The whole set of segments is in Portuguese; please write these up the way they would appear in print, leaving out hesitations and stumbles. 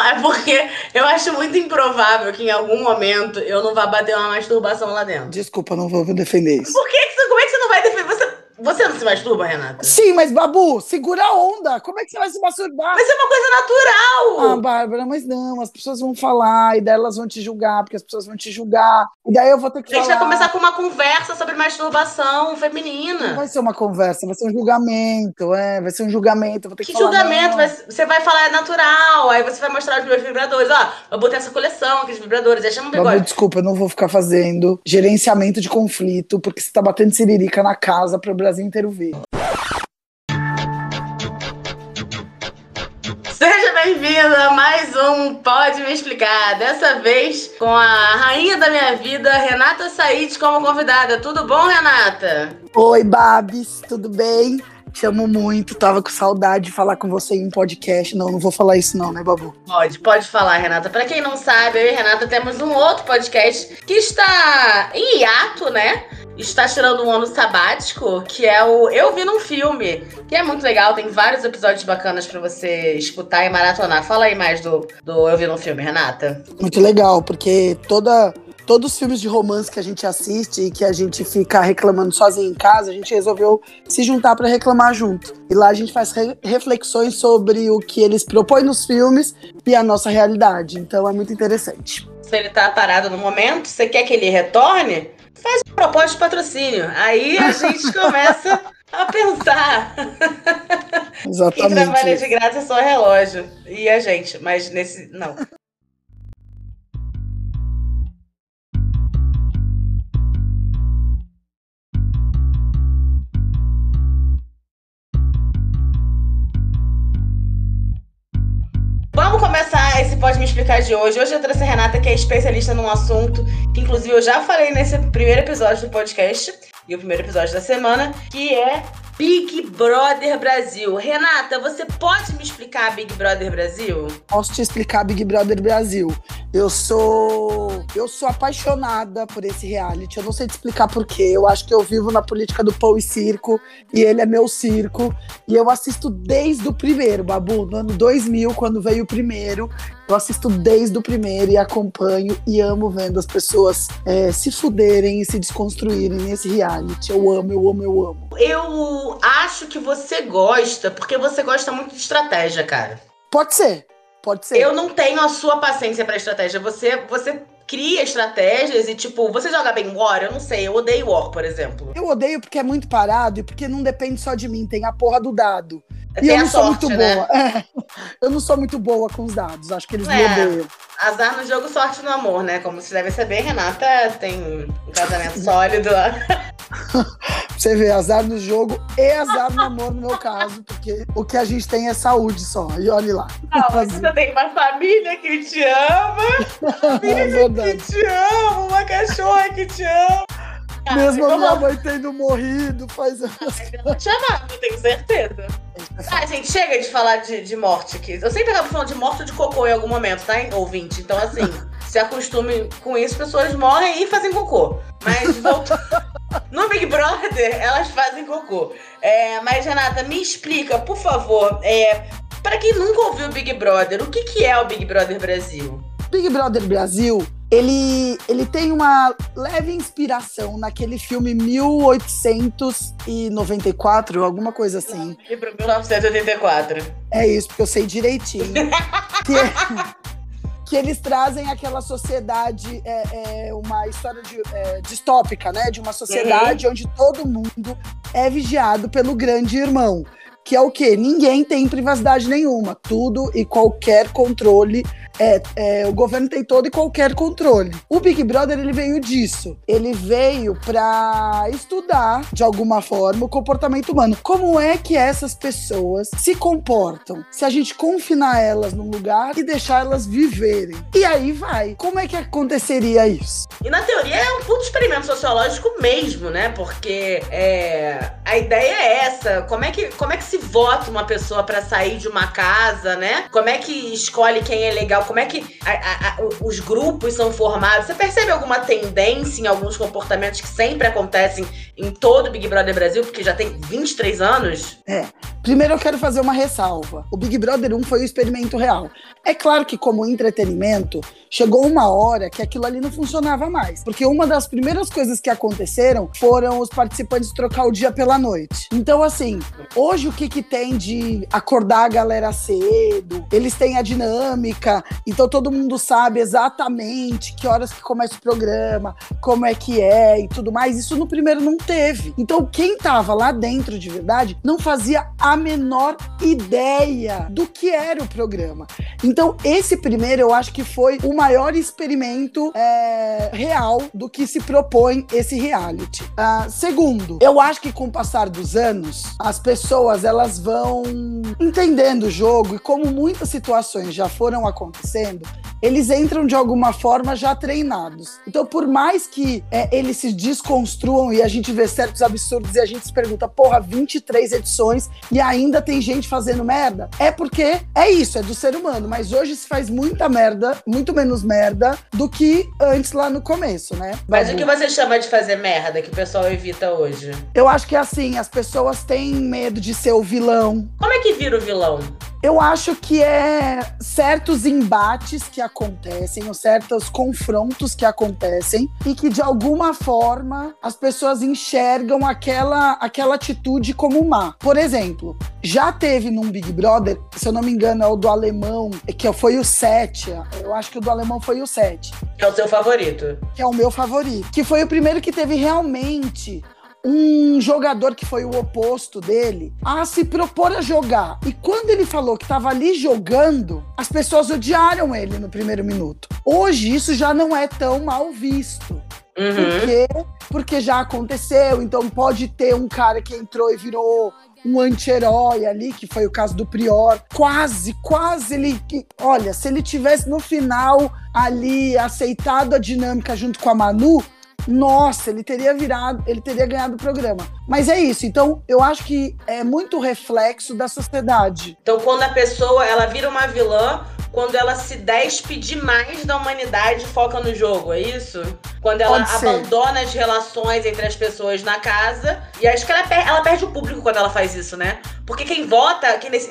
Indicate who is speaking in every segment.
Speaker 1: É porque eu acho muito improvável que em algum momento eu não vá bater uma masturbação lá dentro.
Speaker 2: Desculpa, não vou defender isso.
Speaker 1: Como é que você não vai defender? Você não se masturba, Renata?
Speaker 2: Sim, mas, Babu, segura a onda. Como é que você vai se masturbar?
Speaker 1: Mas é uma coisa natural.
Speaker 2: Ah, Bárbara, mas não, as pessoas vão falar, e daí elas vão te julgar, porque as pessoas vão te julgar, e daí eu vou ter que falar.
Speaker 1: A gente vai começar com uma conversa sobre masturbação
Speaker 2: Não
Speaker 1: feminina.
Speaker 2: vai ser uma conversa, vai ser um julgamento, vai ser um julgamento, eu vou ter que
Speaker 1: Que
Speaker 2: falar.
Speaker 1: julgamento? Você vai falar é natural, aí você vai mostrar os meus vibradores. Ó, eu botei essa coleção aqui de vibradores, aí chama um
Speaker 2: Babu,
Speaker 1: bigode.
Speaker 2: desculpa, eu não vou ficar fazendo gerenciamento de conflito, porque você tá batendo siririca na casa para o Brasil inteiro ver.
Speaker 1: Seja bem-vinda a mais um Pode Me Explicar. Dessa vez com a rainha da minha vida, Renata Said, como convidada. Tudo bom, Renata?
Speaker 2: Oi, Babs, tudo bem? Te amo muito, tava com saudade de falar com você em um podcast. Não vou falar isso não, né, Babu?
Speaker 1: Pode falar, Renata. Pra quem não sabe, eu e Renata temos um outro podcast que está em hiato, né? Está tirando um ano sabático, que é o Eu Vi Num Filme, que é muito legal, tem vários episódios bacanas pra você escutar e maratonar. Fala aí mais do Eu Vi Num Filme, Renata.
Speaker 2: Muito legal, porque todos os filmes de romance que a gente assiste e que a gente fica reclamando sozinho em casa, a gente resolveu se juntar pra reclamar junto. E lá a gente faz reflexões sobre o que eles propõem nos filmes e a nossa realidade. Então é muito interessante.
Speaker 1: Se ele tá parado no momento, você quer que ele retorne? Faz uma proposta de patrocínio. Aí a gente começa a pensar.
Speaker 2: Exatamente.
Speaker 1: Quem trabalha de graça é só o relógio. E a gente, mas nesse... não. Vamos começar esse Pode Me Explicar de hoje. Hoje eu trouxe a Renata, que é especialista num assunto que, inclusive, eu já falei nesse primeiro episódio do podcast, e o primeiro episódio da semana, que é Big Brother Brasil. Renata, você pode me explicar Big Brother Brasil?
Speaker 2: Posso te explicar Big Brother Brasil. Eu sou apaixonada por esse reality. Eu não sei te explicar por quê. Eu acho que eu vivo na política do pão e circo, e ele é meu circo. E eu assisto desde o primeiro, Babu. No ano 2000, quando veio o primeiro, eu assisto desde o primeiro e acompanho e amo vendo as pessoas se fuderem e se desconstruírem nesse reality. Eu amo, eu amo, eu amo.
Speaker 1: Eu acho que você gosta, porque você gosta muito de estratégia, cara.
Speaker 2: Pode ser.
Speaker 1: Eu não tenho a sua paciência pra estratégia. Você cria estratégias e, tipo, você joga bem War? Eu não sei, eu odeio War, por exemplo.
Speaker 2: Eu odeio porque é muito parado e porque não depende só de mim, tem a porra do dado. E
Speaker 1: tem
Speaker 2: eu não
Speaker 1: a
Speaker 2: sou
Speaker 1: sorte,
Speaker 2: muito
Speaker 1: né?
Speaker 2: boa. Eu não sou muito boa com os dados, acho que eles me odeiam.
Speaker 1: Azar no jogo, sorte no amor, né? Como você deve saber, Renata tem um casamento sólido.
Speaker 2: Você vê, azar no jogo e azar no amor, no meu caso, porque o que a gente tem é saúde só. E olhe lá.
Speaker 1: Não, mas você tem uma família que te ama,
Speaker 2: verdade.
Speaker 1: que te ama, uma cachorra que te ama.
Speaker 2: Mesmo a minha mãe tendo morrido, faz anos.
Speaker 1: Eu te amava, eu tenho certeza. Gente, chega de falar de morte aqui. Eu sempre acabo falando de morte ou de cocô em algum momento, tá, ouvinte? Então, assim, se acostume com isso, pessoas morrem e fazem cocô. Mas, no Big Brother, elas fazem cocô. Mas, Renata, me explica, por favor, pra quem nunca ouviu o Big Brother, o que é o Big Brother Brasil?
Speaker 2: Big Brother Brasil, ele tem uma leve inspiração naquele filme 1894, alguma coisa assim.
Speaker 1: E pro 1984.
Speaker 2: É isso, porque eu sei direitinho. que eles trazem aquela sociedade, uma história distópica, né? De uma sociedade onde todo mundo é vigiado pelo grande irmão. Que é o quê? Ninguém tem privacidade nenhuma. Tudo e qualquer controle. O governo tem todo e qualquer controle. O Big Brother, ele veio disso. Ele veio pra estudar, de alguma forma, o comportamento humano. Como é que essas pessoas se comportam? Se a gente confinar elas num lugar e deixar elas viverem. E aí vai. Como é que aconteceria isso?
Speaker 1: E na teoria é um puto experimento sociológico mesmo, né? Porque a ideia é essa. Como é que se vota uma pessoa pra sair de uma casa, né? Como é que escolhe quem é legal? Como é que os grupos são formados? Você percebe alguma tendência em alguns comportamentos que sempre acontecem em todo o Big Brother Brasil, porque já tem 23 anos?
Speaker 2: Primeiro eu quero fazer uma ressalva. O Big Brother 1 foi um experimento real. É claro que como entretenimento, chegou uma hora que aquilo ali não funcionava mais. Porque uma das primeiras coisas que aconteceram foram os participantes trocar o dia pela noite. Então, assim, hoje o que tem de acordar a galera cedo, eles têm a dinâmica, então todo mundo sabe exatamente que horas que começa o programa, como é que é e tudo mais. Isso no primeiro não teve. Então, quem tava lá dentro de verdade não fazia a menor ideia do que era o programa. Então, esse primeiro eu acho que foi o maior experimento real do que se propõe esse reality. Segundo, eu acho que com o passar dos anos, as pessoas elas vão entendendo o jogo e como muitas situações já foram acontecendo, eles entram de alguma forma já treinados. Então, por mais que eles se desconstruam e a gente vê certos absurdos e a gente se pergunta, porra, 23 edições e ainda tem gente fazendo merda, é porque é isso, é do ser humano. Mas hoje se faz muita merda, muito menos merda do que antes lá no começo, né?
Speaker 1: Mas o que você chama de fazer merda que o pessoal evita hoje?
Speaker 2: Eu acho que é assim, as pessoas têm medo de ser o vilão.
Speaker 1: Como é que vira o vilão?
Speaker 2: Eu acho que é certos embates que acontecem, ou certos confrontos que acontecem e que, de alguma forma, as pessoas enxergam aquela atitude como má. Por exemplo, já teve num Big Brother, se eu não me engano, é o do Alemão, que foi o 7. Eu acho que o do Alemão foi o 7.
Speaker 1: Que é o seu favorito.
Speaker 2: Que é o meu favorito. Que foi o primeiro que teve realmente um jogador que foi o oposto dele a se propor a jogar. E quando ele falou que estava ali jogando, as pessoas odiaram ele no primeiro minuto. Hoje isso já não é tão mal visto. Porque já aconteceu. Então pode ter um cara que entrou e virou um anti-herói ali, que foi o caso do Prior. Quase ele... Olha, se ele tivesse no final ali aceitado a dinâmica junto com a Manu, nossa, ele teria ganhado o programa. Mas é isso, então eu acho que é muito reflexo da sociedade.
Speaker 1: Então quando a pessoa, ela vira uma vilã, quando ela se despe demais da humanidade e foca no jogo, é isso? Quando ela abandona as relações entre as pessoas na casa, e acho que ela perde o público quando ela faz isso, né? Porque quem vota,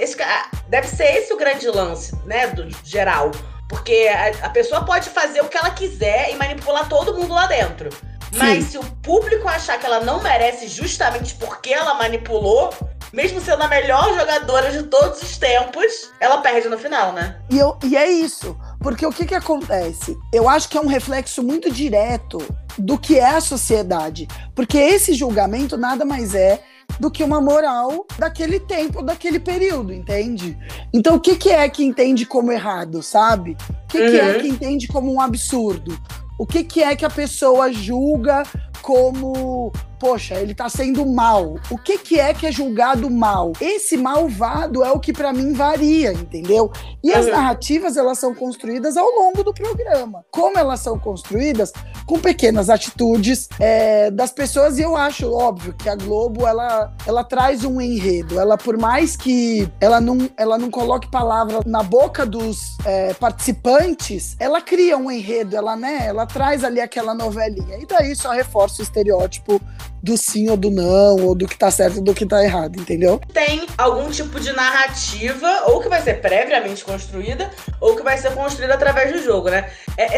Speaker 1: deve ser esse o grande lance, né, do geral. Porque a pessoa pode fazer o que ela quiser e manipular todo mundo lá dentro. Mas se o público achar que ela não merece justamente porque ela manipulou, mesmo sendo a melhor jogadora de todos os tempos, ela perde no final, né?
Speaker 2: E é isso. Porque o que acontece? Eu acho que é um reflexo muito direto do que é a sociedade. Porque esse julgamento nada mais é do que uma moral daquele tempo, daquele período, entende? Então, o que é que entende como errado, sabe? O que é que entende como um absurdo? O que é que a pessoa julga como... Poxa, ele tá sendo mal. O que é julgado mal? Esse malvado é o que pra mim varia, entendeu? E as narrativas, elas são construídas ao longo do programa. Como elas são construídas? Com pequenas atitudes das pessoas. E eu acho, óbvio, que a Globo, ela traz um enredo. Ela, por mais que ela não coloque palavra na boca dos participantes, ela cria um enredo. Ela traz ali aquela novelinha. E daí só reforça o estereótipo do sim ou do não, ou do que tá certo e do que tá errado, entendeu?
Speaker 1: Tem algum tipo de narrativa, ou que vai ser previamente construída, ou que vai ser construída através do jogo, né?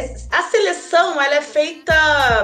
Speaker 1: A seleção, ela é feita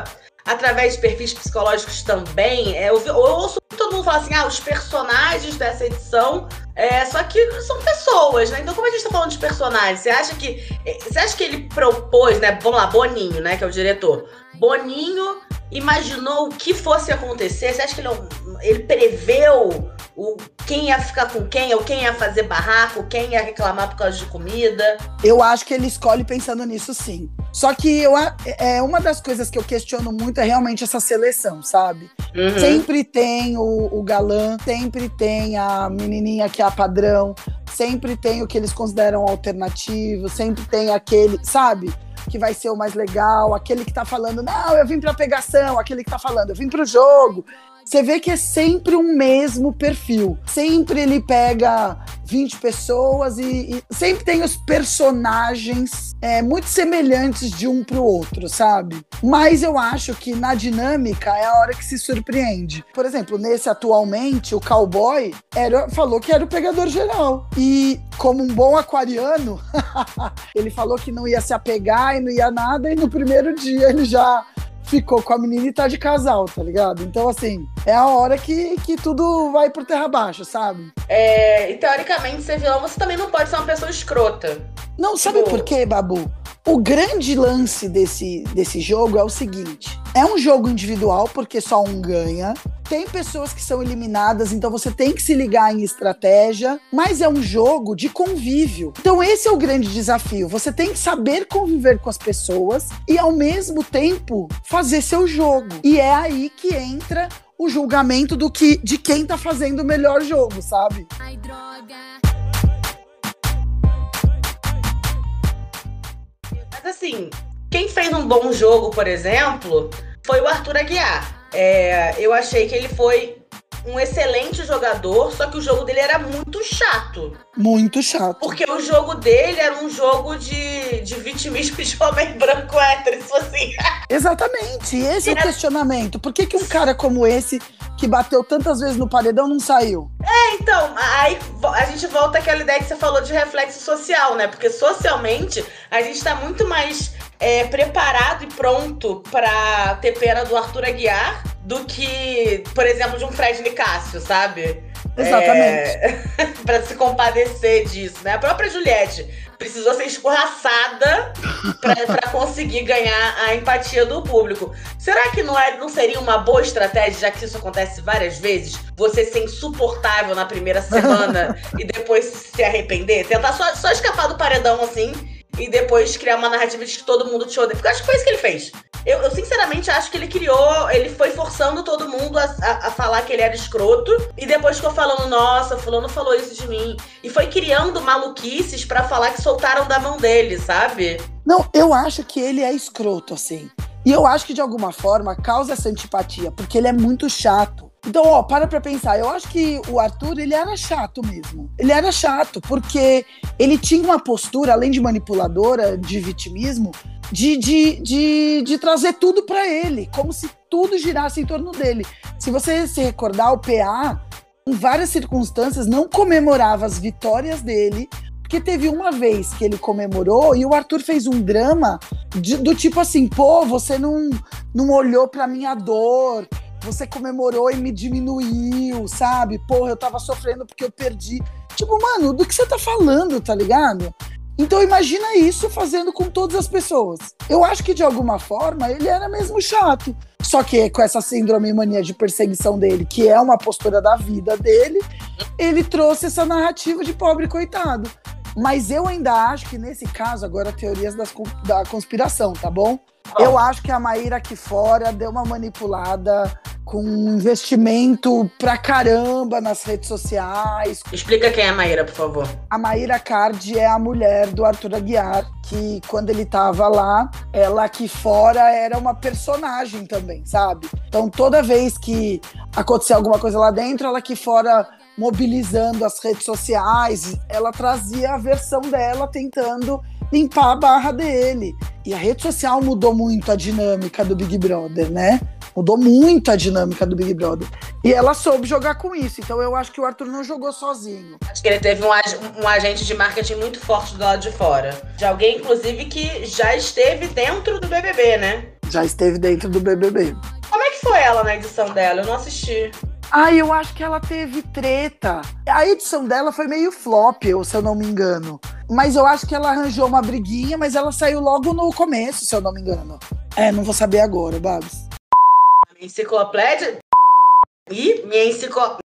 Speaker 1: através de perfis psicológicos também. Eu ouço todo mundo falar assim, os personagens dessa edição, só que são pessoas, né? Então, como a gente tá falando de personagens, você acha que ele propôs, né? Vamos lá, Boninho, né? Que é o diretor. Boninho imaginou o que fosse acontecer? Você acha que ele preveu quem ia ficar com quem, ou quem ia fazer barraco, quem ia reclamar por causa de comida?
Speaker 2: Eu acho que ele escolhe pensando nisso, sim. Só que uma das coisas que eu questiono muito é realmente essa seleção, sabe? Sempre tem o galã, sempre tem a menininha que é a padrão, sempre tem o que eles consideram alternativo, sempre tem aquele, sabe? Que vai ser o mais legal, aquele que tá falando, não, eu vim pra pegação, aquele que tá falando, eu vim pro jogo. Você vê que é sempre um mesmo perfil. Sempre ele pega 20 pessoas e sempre tem os personagens muito semelhantes de um pro outro, sabe? Mas eu acho que na dinâmica é a hora que se surpreende. Por exemplo, nesse atualmente, o cowboy falou que era o pegador geral. E como um bom aquariano, ele falou que não ia se apegar e não ia nada, e no primeiro dia ele já ficou com a menina e tá de casal, tá ligado? Então, assim, é a hora que tudo vai por terra abaixo, sabe?
Speaker 1: E teoricamente, ser vilão, você também não pode ser uma pessoa escrota.
Speaker 2: Não, sabe por quê, Babu? O grande lance desse jogo é o seguinte: é um jogo individual, porque só um ganha. Tem pessoas que são eliminadas, então você tem que se ligar em estratégia, mas é um jogo de convívio. Então esse é o grande desafio. Você tem que saber conviver com as pessoas e, ao mesmo tempo, fazer seu jogo. E é aí que entra o julgamento de quem tá fazendo o melhor jogo, sabe? Ai, droga.
Speaker 1: Mas assim, quem fez um bom jogo, por exemplo, foi o Arthur Aguiar. Eu achei que ele foi um excelente jogador, só que o jogo dele era muito chato.
Speaker 2: Muito chato.
Speaker 1: Porque o jogo dele era um jogo de vitimismo de homem branco hétero, isso assim.
Speaker 2: Exatamente, esse é o questionamento. Por que um cara como esse, que bateu tantas vezes no paredão, não saiu?
Speaker 1: Então, aí a gente volta àquela ideia que você falou de reflexo social, né? Porque socialmente a gente tá muito mais preparado e pronto pra ter pena do Arthur Aguiar do que, por exemplo, de um Fred Nicásio, sabe?
Speaker 2: Exatamente.
Speaker 1: Pra se compadecer disso, né? A própria Juliette precisou ser escorraçada pra conseguir ganhar a empatia do público. Será que não seria uma boa estratégia, já que isso acontece várias vezes, você ser insuportável na primeira semana e depois se arrepender? Tentar só escapar do paredão, assim, e depois criar uma narrativa de que todo mundo te odeia. Porque eu acho que foi isso que ele fez. Eu sinceramente acho que ele foi forçando todo mundo a falar que ele era escroto, e depois ficou falando, nossa, fulano falou isso de mim. E foi criando maluquices pra falar que soltaram da mão dele, sabe?
Speaker 2: Não, eu acho que ele é escroto, assim. E eu acho que de alguma forma causa essa antipatia, porque ele é muito chato. Então, para pra pensar, eu acho que o Arthur, ele era chato mesmo. Ele era chato, porque ele tinha uma postura, além de manipuladora, de vitimismo, de trazer tudo pra ele, como se tudo girasse em torno dele. Se você se recordar, o PA, em várias circunstâncias, não comemorava as vitórias dele, porque teve uma vez que ele comemorou e o Arthur fez um drama do tipo assim, pô, você não olhou pra minha dor, você comemorou e me diminuiu, sabe? Porra, eu tava sofrendo porque eu perdi. Tipo, mano, do que você tá falando, tá ligado? Então imagina isso fazendo com todas as pessoas. Eu acho que de alguma forma ele era mesmo chato. Só que com essa síndrome e mania de perseguição dele, que é uma postura da vida dele, ele trouxe essa narrativa de pobre coitado. Mas eu ainda acho que nesse caso, agora teorias da conspiração, tá bom? Eu acho que a Maíra aqui fora deu uma manipulada com investimento pra caramba nas redes sociais.
Speaker 1: Explica quem é a Maíra, por favor.
Speaker 2: A Maíra Cardi é a mulher do Arthur Aguiar, que quando ele tava lá, ela aqui fora era uma personagem também, sabe? Então toda vez que acontecia alguma coisa lá dentro, ela aqui fora mobilizando as redes sociais, ela trazia a versão dela tentando limpar a barra dele. E a rede social mudou muito a dinâmica do Big Brother, né? Mudou muito a dinâmica do Big Brother. E ela soube jogar com isso. Então eu acho que o Arthur não jogou sozinho.
Speaker 1: Acho que ele teve um agente de marketing muito forte do lado de fora. De alguém, inclusive, que já esteve dentro do BBB, né?
Speaker 2: Já esteve dentro do BBB.
Speaker 1: Como é que foi ela na edição dela? Eu não assisti.
Speaker 2: Eu acho que ela teve treta. A edição dela foi meio flop, se eu não me engano. Mas eu acho que ela arranjou uma briguinha, mas ela saiu logo no começo, se eu não me engano. Não vou saber agora, Babs.
Speaker 1: Minha enciclopédia... Minha enciclopédia...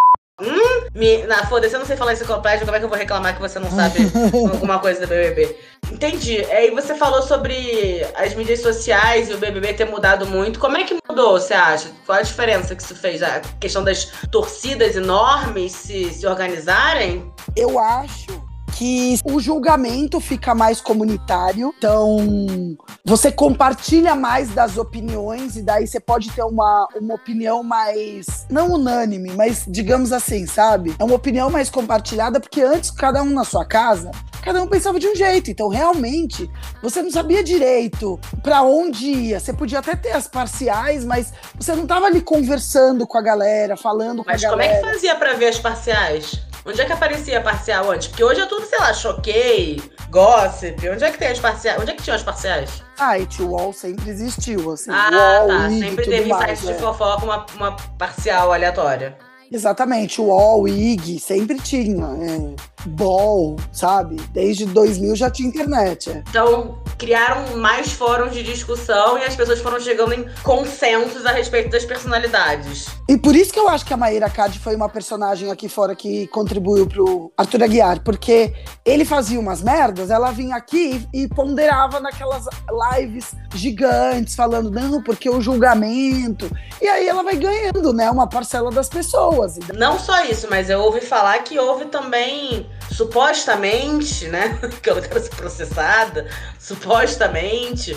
Speaker 1: Foda-se, eu não sei falar enciclopédia, como é que eu vou reclamar que você não sabe alguma coisa do BBB? Entendi. E você falou sobre as mídias sociais e o BBB ter mudado muito. Como é que mudou, você acha? Qual a diferença que isso fez? A questão das torcidas enormes se organizarem?
Speaker 2: Eu acho que o julgamento fica mais comunitário, então você compartilha mais das opiniões e daí você pode ter uma opinião mais, não unânime, mas digamos assim, sabe? É uma opinião mais compartilhada, porque antes, cada um na sua casa, cada um pensava de um jeito, então realmente você não sabia direito pra onde ia. Você podia até ter as parciais, mas você não tava ali conversando com a galera, falando com a galera.
Speaker 1: Mas como é que fazia pra ver as parciais? Onde é que aparecia a parcial antes? Porque hoje é tudo, sei lá, Choquei, Gossip. Onde é que tem as parciais? Onde é que tinham as parciais?
Speaker 2: Site, o UOL sempre existiu, assim.
Speaker 1: Ah,
Speaker 2: UOL,
Speaker 1: tá.
Speaker 2: IG,
Speaker 1: Sempre
Speaker 2: tudo
Speaker 1: teve em
Speaker 2: mais,
Speaker 1: sites de fofoca uma parcial aleatória.
Speaker 2: Exatamente, o UOL, IG, sempre tinha. BOL, sabe? Desde 2000 já tinha internet.
Speaker 1: Então, criaram mais fóruns de discussão e as pessoas foram chegando em consensos a respeito das personalidades.
Speaker 2: E por isso que eu acho que a Mayra Card foi uma personagem aqui fora que contribuiu pro Arthur Aguiar, porque ele fazia umas merdas, ela vinha aqui e ponderava naquelas lives gigantes, falando, não, porque o julgamento. E aí ela vai ganhando, né, uma parcela das pessoas.
Speaker 1: Não só isso, mas eu ouvi falar que houve também, supostamente, né, que eu não quero ser processada, supostamente,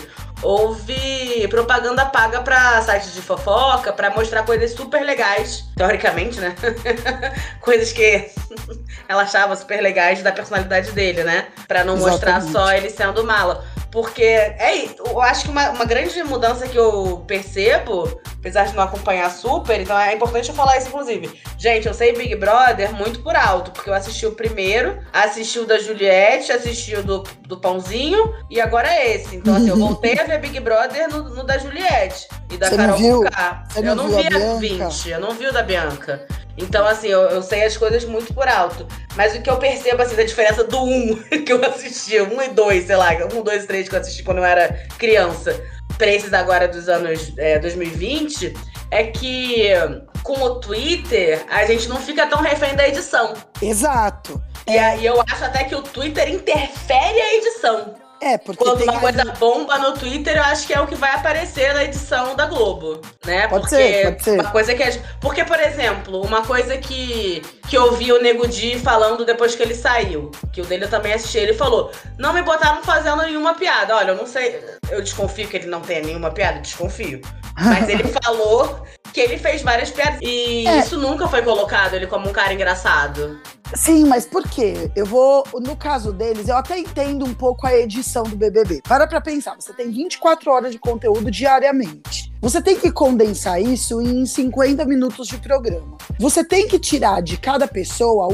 Speaker 1: houve propaganda paga pra sites de fofoca, pra mostrar coisas super legais, teoricamente, né, coisas que ela achava super legais da personalidade dele, né, pra não mostrar só ele sendo mala. Porque eu acho que uma grande mudança que eu percebo, apesar de não acompanhar super, então é importante eu falar isso, inclusive. Gente, eu sei Big Brother muito por alto, porque eu assisti o primeiro, assisti o da Juliette, assisti o do Pãozinho, e agora é esse. Então, assim, eu voltei a ver Big Brother no da Juliette e da Carol Conká. Eu não vi a 20, eu não vi o da Bianca. Então, assim, eu sei as coisas muito por alto. Mas o que eu percebo, assim, da diferença do 1 que eu assisti, 1 e 2, sei lá, 1, 2 e 3 que eu assisti quando eu era criança, pra esses agora dos anos 2020, é que com o Twitter, a gente não fica tão refém da edição.
Speaker 2: Exato.
Speaker 1: E aí eu acho até que o Twitter interfere a edição.
Speaker 2: Porque
Speaker 1: quando uma coisa bomba no Twitter, eu acho que é o que vai aparecer na edição da Globo, né?
Speaker 2: Pode ser.
Speaker 1: Uma coisa que porque, por exemplo, uma coisa que eu vi o Nego Di falando depois que ele saiu, que o dele eu também assisti, ele falou, não me botaram fazendo nenhuma piada. Olha, eu não sei, eu desconfio que ele não tenha nenhuma piada, desconfio. Mas ele falou que ele fez várias piadas e isso nunca foi colocado, ele como um cara engraçado.
Speaker 2: Sim, mas por quê? No caso deles, eu até entendo um pouco a edição do BBB. Para pra pensar, você tem 24 horas de conteúdo diariamente. Você tem que condensar isso em 50 minutos de programa. Você tem que tirar de cada pessoa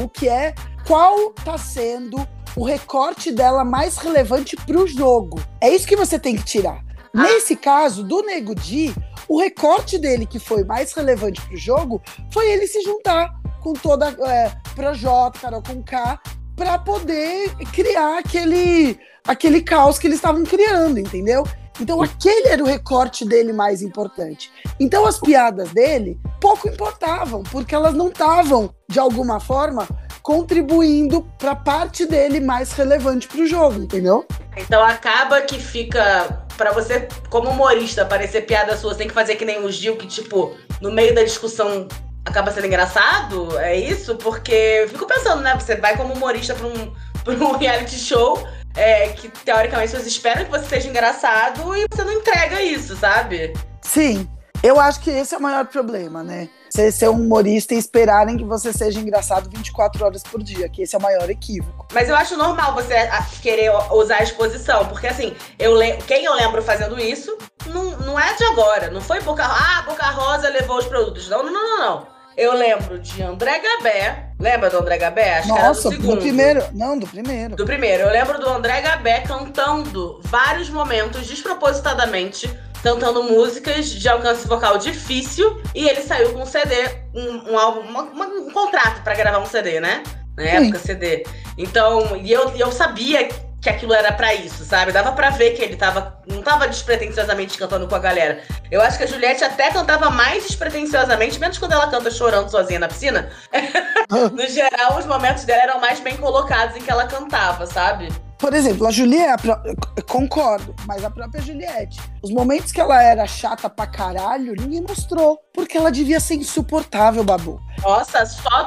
Speaker 2: qual tá sendo o recorte dela mais relevante pro jogo. É isso que você tem que tirar. Nesse caso, do Nego Di, o recorte dele que foi mais relevante pro jogo foi ele se juntar com toda Projota, Carol Conká, pra poder criar aquele caos que eles estavam criando, entendeu? Então aquele era o recorte dele mais importante. Então as piadas dele pouco importavam, porque elas não estavam, de alguma forma, contribuindo pra parte dele mais relevante pro jogo, entendeu?
Speaker 1: Então acaba que fica... Pra você, como humorista, parecer piada sua, você tem que fazer que nem o Gil, que, tipo, no meio da discussão acaba sendo engraçado? É isso? Porque eu fico pensando, né? Você vai como humorista pra um reality show que, teoricamente, vocês esperam que você seja engraçado e você não entrega isso, sabe?
Speaker 2: Sim. Eu acho que esse é o maior problema, né? Você ser um humorista e esperarem que você seja engraçado 24 horas por dia, que esse é o maior equívoco.
Speaker 1: Mas eu acho normal você querer usar a exposição, porque assim, quem eu lembro fazendo isso, não é de agora, não foi Boca Rosa levou os produtos, não. Eu lembro de André Gabé, lembra do André Gabé? Acho que era do segundo.
Speaker 2: Do primeiro. Não, do primeiro.
Speaker 1: Do primeiro, eu lembro do André Gabé cantando vários momentos despropositadamente, cantando músicas de alcance vocal difícil, e ele saiu com um CD, um álbum, um contrato pra gravar um CD, né? Na época, CD. Então, e eu sabia que aquilo era pra isso, sabe? Dava pra ver que ele não tava despretensiosamente cantando com a galera. Eu acho que a Juliette até cantava mais despretensiosamente, menos quando ela canta chorando sozinha na piscina. No geral, os momentos dela eram mais bem colocados em que ela cantava, sabe?
Speaker 2: Por exemplo, a Juliette, concordo, mas a própria Juliette, os momentos que ela era chata pra caralho, ninguém mostrou, porque ela devia ser insuportável, Babu.
Speaker 1: Nossa,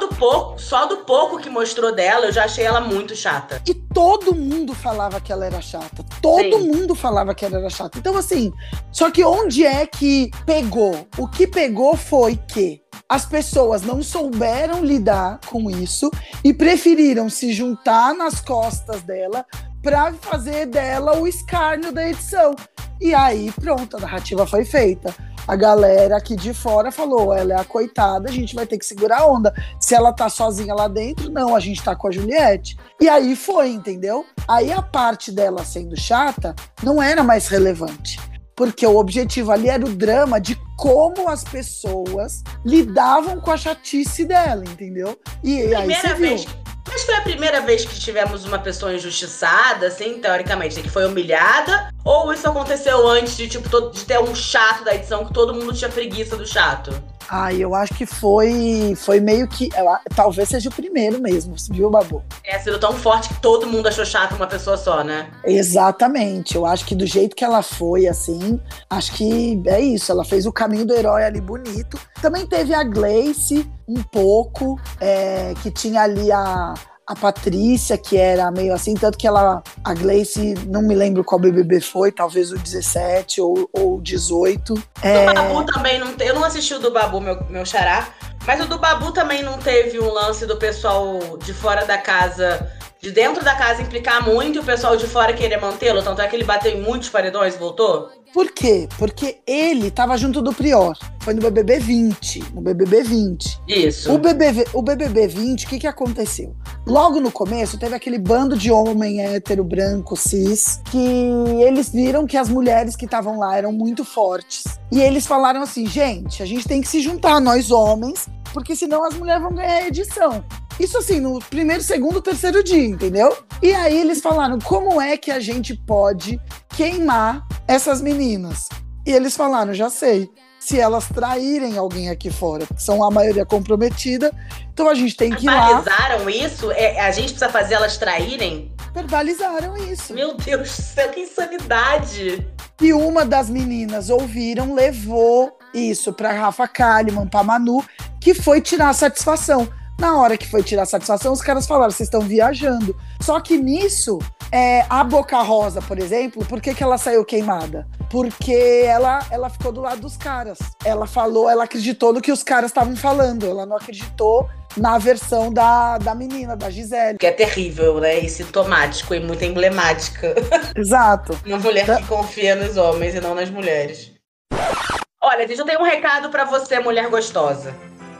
Speaker 1: só do pouco que mostrou dela, eu já achei ela muito chata.
Speaker 2: E todo mundo falava que ela era chata. Todo mundo falava que ela era chata. Então, assim, só que onde é que pegou? O que pegou foi que as pessoas não souberam lidar com isso e preferiram se juntar nas costas dela para fazer dela o escárnio da edição. E aí, pronto, a narrativa foi feita. A galera aqui de fora falou, ela é a coitada, a gente vai ter que segurar a onda. Se ela tá sozinha lá dentro, não, a gente tá com a Juliette. E aí foi, entendeu? Aí a parte dela sendo chata não era mais relevante. Porque o objetivo ali era o drama de como as pessoas lidavam com a chatice dela, entendeu? E aí você viu.
Speaker 1: Mas foi a primeira vez que tivemos uma pessoa injustiçada, assim, teoricamente, que foi humilhada? Ou isso aconteceu antes de, tipo, de ter um chato da edição, que todo mundo tinha preguiça do chato?
Speaker 2: Eu acho que foi meio que... talvez seja o primeiro mesmo, viu, Babu?
Speaker 1: Sido tão forte que todo mundo achou chato uma pessoa só, né?
Speaker 2: Exatamente. Eu acho que do jeito que ela foi, assim, acho que é isso. Ela fez o caminho do herói ali bonito. Também teve a Gleice, um pouco, que tinha ali a Patrícia, que era meio assim, tanto que a Gleice, não me lembro qual BBB foi, talvez o 17 ou o 18.
Speaker 1: Do Babu também não eu não assisti o do Babu, meu xará, mas o do Babu também não teve um lance do pessoal de fora da casa, de dentro da casa implicar muito e o pessoal de fora querer mantê-lo, tanto é que ele bateu em muitos paredões e voltou?
Speaker 2: Por quê? Porque ele tava junto do Prior. Foi no BBB 20. No BBB 20.
Speaker 1: Isso.
Speaker 2: O BBB 20, o que aconteceu? Logo no começo, teve aquele bando de homem hétero, branco, cis, que eles viram que as mulheres que estavam lá eram muito fortes. E eles falaram assim, gente, a gente tem que se juntar, nós homens, porque senão as mulheres vão ganhar a edição. Isso assim, no primeiro, segundo, terceiro dia, entendeu? E aí eles falaram, como é que a gente pode queimar essas meninas? E eles falaram, já sei, se elas traírem alguém aqui fora, que são a maioria comprometida, então a gente tem que ir lá...
Speaker 1: Verbalizaram isso? A gente precisa fazer elas traírem?
Speaker 2: Verbalizaram isso.
Speaker 1: Meu Deus do céu, que insanidade!
Speaker 2: E uma das meninas ouviram, levou isso pra Rafa Kalimann, pra Manu, que foi tirar a satisfação. Na hora que foi tirar a satisfação, os caras falaram, vocês estão viajando. Só que nisso, a Boca Rosa, por exemplo, por que ela saiu queimada? Porque ela ficou do lado dos caras. Ela falou, ela acreditou no que os caras estavam falando. Ela não acreditou na versão da menina, da Gisele.
Speaker 1: Que é terrível, né? E sintomático e muito emblemática.
Speaker 2: Exato.
Speaker 1: Uma mulher que confia nos homens e não nas mulheres. Olha, gente, eu tenho um recado pra você, mulher gostosa.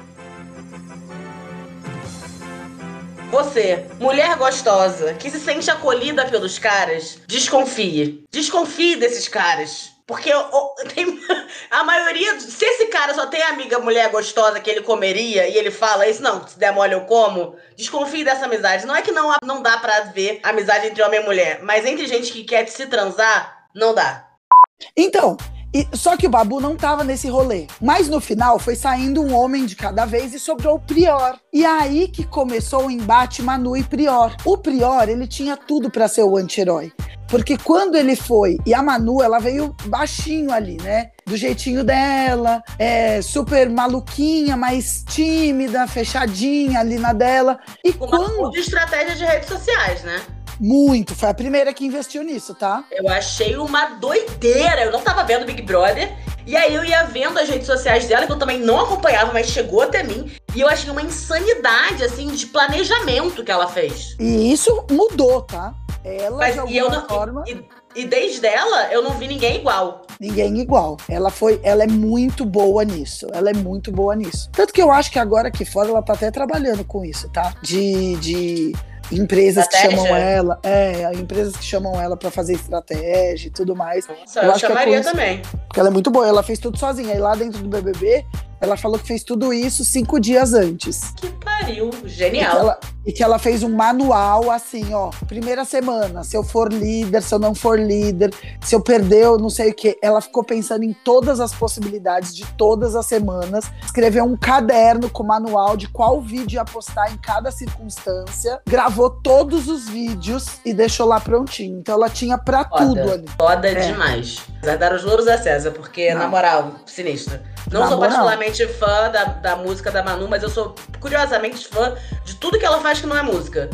Speaker 1: Você, mulher gostosa, que se sente acolhida pelos caras, desconfie. Desconfie desses caras. Porque a maioria... Se esse cara só tem amiga mulher gostosa que ele comeria e ele fala isso, não, se der mole eu como, desconfie dessa amizade. Não é que não dá pra ver amizade entre homem e mulher, mas entre gente que quer se transar, não dá.
Speaker 2: Então... só que o Babu não tava nesse rolê. Mas no final foi saindo um homem de cada vez e sobrou o Prior. E aí que começou o embate Manu e Prior. O Prior, ele tinha tudo pra ser o anti-herói. Porque quando ele foi, e a Manu, ela veio baixinho ali, né? Do jeitinho dela, super maluquinha, mais tímida, fechadinha ali na dela. E
Speaker 1: uma de estratégia de redes sociais, né?
Speaker 2: Muito, foi a primeira que investiu nisso, tá?
Speaker 1: Eu achei uma doideira, eu não tava vendo Big Brother, e aí eu ia vendo as redes sociais dela, que eu também não acompanhava, mas chegou até mim, e eu achei uma insanidade, assim, de planejamento que ela fez.
Speaker 2: E isso mudou, tá? Ela,
Speaker 1: mas,
Speaker 2: de alguma forma...
Speaker 1: E desde ela, eu não vi ninguém igual.
Speaker 2: Ninguém igual. Ela é muito boa nisso. Ela é muito boa nisso. Tanto que eu acho que agora aqui fora ela tá até trabalhando com isso, tá? De empresas que chamam ela. Empresas que chamam ela pra fazer estratégia e tudo mais.
Speaker 1: Nossa, eu chamaria também.
Speaker 2: Porque ela é muito boa. Ela fez tudo sozinha. E lá dentro do BBB, ela falou que fez tudo isso 5 dias antes.
Speaker 1: Que pariu. Genial.
Speaker 2: E que ela fez um manual assim, ó. Primeira semana, se eu for líder, se eu não for líder, se eu perder, eu não sei o quê. Ela ficou pensando em todas as possibilidades de todas as semanas. Escreveu um caderno com manual de qual vídeo ia postar em cada circunstância. Gravou todos os vídeos e deixou lá prontinho. Então ela tinha pra tudo ali.
Speaker 1: Foda demais. Vai dar os louros a César, porque, na moral, sinistra. Não sou particularmente fã da música da Manu, mas eu sou curiosamente fã de tudo que ela faz que não é música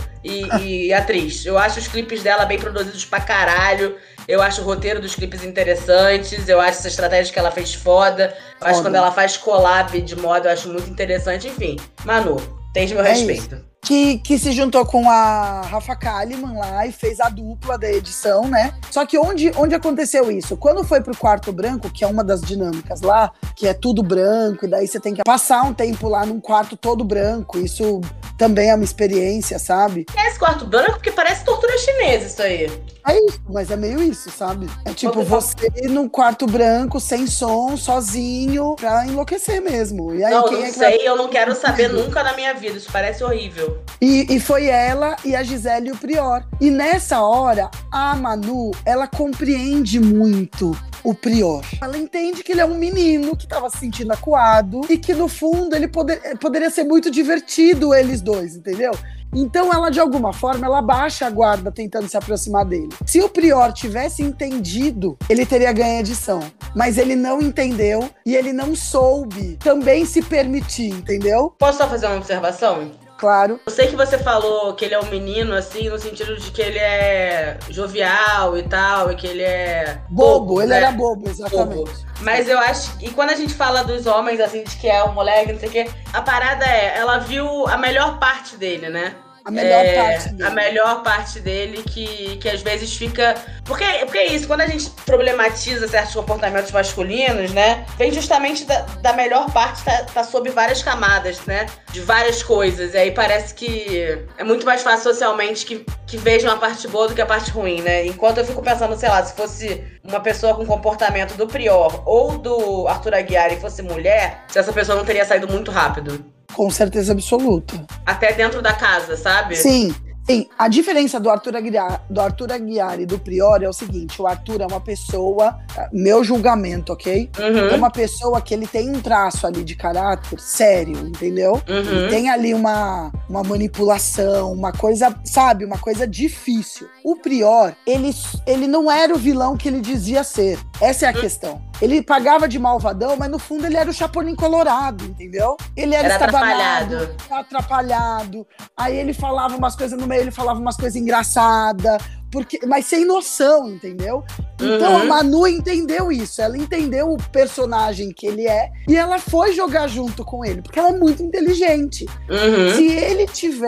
Speaker 1: e atriz. Eu acho os clipes dela bem produzidos pra caralho. Eu acho o roteiro dos clipes interessantes. Eu acho essa estratégia que ela fez foda. Eu acho quando ela faz collab de moda, eu acho muito interessante. Enfim, Manu, tens meu respeito.
Speaker 2: Isso. Que se juntou com a Rafa Kalimann lá e fez a dupla da edição, né? Só que onde aconteceu isso? Quando foi pro quarto branco, que é uma das dinâmicas lá, que é tudo branco, e daí você tem que passar um tempo lá num quarto todo branco. Isso também é uma experiência, sabe?
Speaker 1: É esse quarto branco porque parece tortura chinesa isso aí.
Speaker 2: É isso, mas é meio isso, sabe? É tipo você num quarto branco, sem som, sozinho, pra enlouquecer mesmo. E aí,
Speaker 1: não, não sei, eu não quero saber nunca na minha vida, isso parece horrível.
Speaker 2: E foi ela e a Gisele e o Prior. E nessa hora, a Manu, ela compreende muito o Prior. Ela entende que ele é um menino que tava se sentindo acuado e que, no fundo, ele poderia ser muito divertido, eles dois, entendeu? Então ela, de alguma forma, ela baixa a guarda tentando se aproximar dele. Se o Prior tivesse entendido, ele teria ganho a edição. Mas ele não entendeu e ele não soube também se permitir, entendeu?
Speaker 1: Posso só fazer uma observação?
Speaker 2: Claro.
Speaker 1: Eu sei que você falou que ele é um menino, assim, no sentido de que ele é jovial e tal, e que ele é...
Speaker 2: Bobo, ele era bobo, exatamente. Bobo.
Speaker 1: Mas eu acho... E quando a gente fala dos homens, assim, de que é um moleque, não sei o quê, a parada ela viu a melhor parte dele, né?
Speaker 2: A melhor parte dele.
Speaker 1: A melhor parte dele que às vezes fica... Porque é isso, quando a gente problematiza certos comportamentos masculinos, né? Vem justamente da melhor parte, tá sob várias camadas, né? De várias coisas. E aí parece que é muito mais fácil socialmente que vejam a parte boa do que a parte ruim, né? Enquanto eu fico pensando, sei lá, se fosse uma pessoa com comportamento do Prior ou do Arthur Aguiar e fosse mulher, se essa pessoa não teria saído muito rápido.
Speaker 2: Com certeza absoluta.
Speaker 1: Até dentro da casa, sabe?
Speaker 2: Sim. Sim, a diferença do Arthur Aguiar e do Prior é o seguinte: o Arthur é uma pessoa, meu julgamento, ok?
Speaker 1: Uhum.
Speaker 2: É uma pessoa que ele tem um traço ali de caráter sério, entendeu?
Speaker 1: Uhum.
Speaker 2: Ele tem ali uma manipulação, uma coisa, sabe? Uma coisa difícil. O Prior, ele não era o vilão que ele dizia ser. Essa é a questão. Ele pagava de malvadão, mas no fundo ele era o Chapolin Colorado, entendeu? Ele era estabanado, atrapalhado. Aí ele falava umas coisas no meio, ele falava umas coisas engraçadas, mas sem noção, entendeu? Então a Manu entendeu isso, ela entendeu o personagem que ele é e ela foi jogar junto com ele, porque ela é muito inteligente. Se ele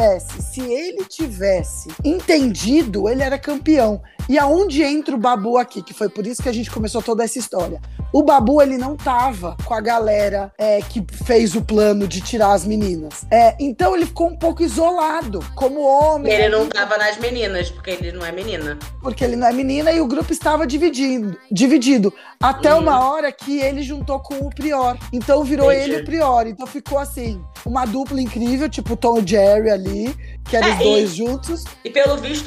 Speaker 2: tivesse entendido, ele era campeão. E aonde entra o Babu aqui, que foi por isso que a gente começou toda essa história. O Babu, ele não tava com a galera que fez o plano de tirar as meninas. Então ele ficou um pouco isolado, como homem.
Speaker 1: Ele não tava nas meninas, porque ele não é menina.
Speaker 2: Porque ele não é menina e o grupo estava dividido. Até uma hora que ele juntou com o Prior. Então virou ele e o Prior. Então ficou assim, uma dupla incrível, tipo o Tom e Jerry ali, que eram os dois juntos.
Speaker 1: E pelo visto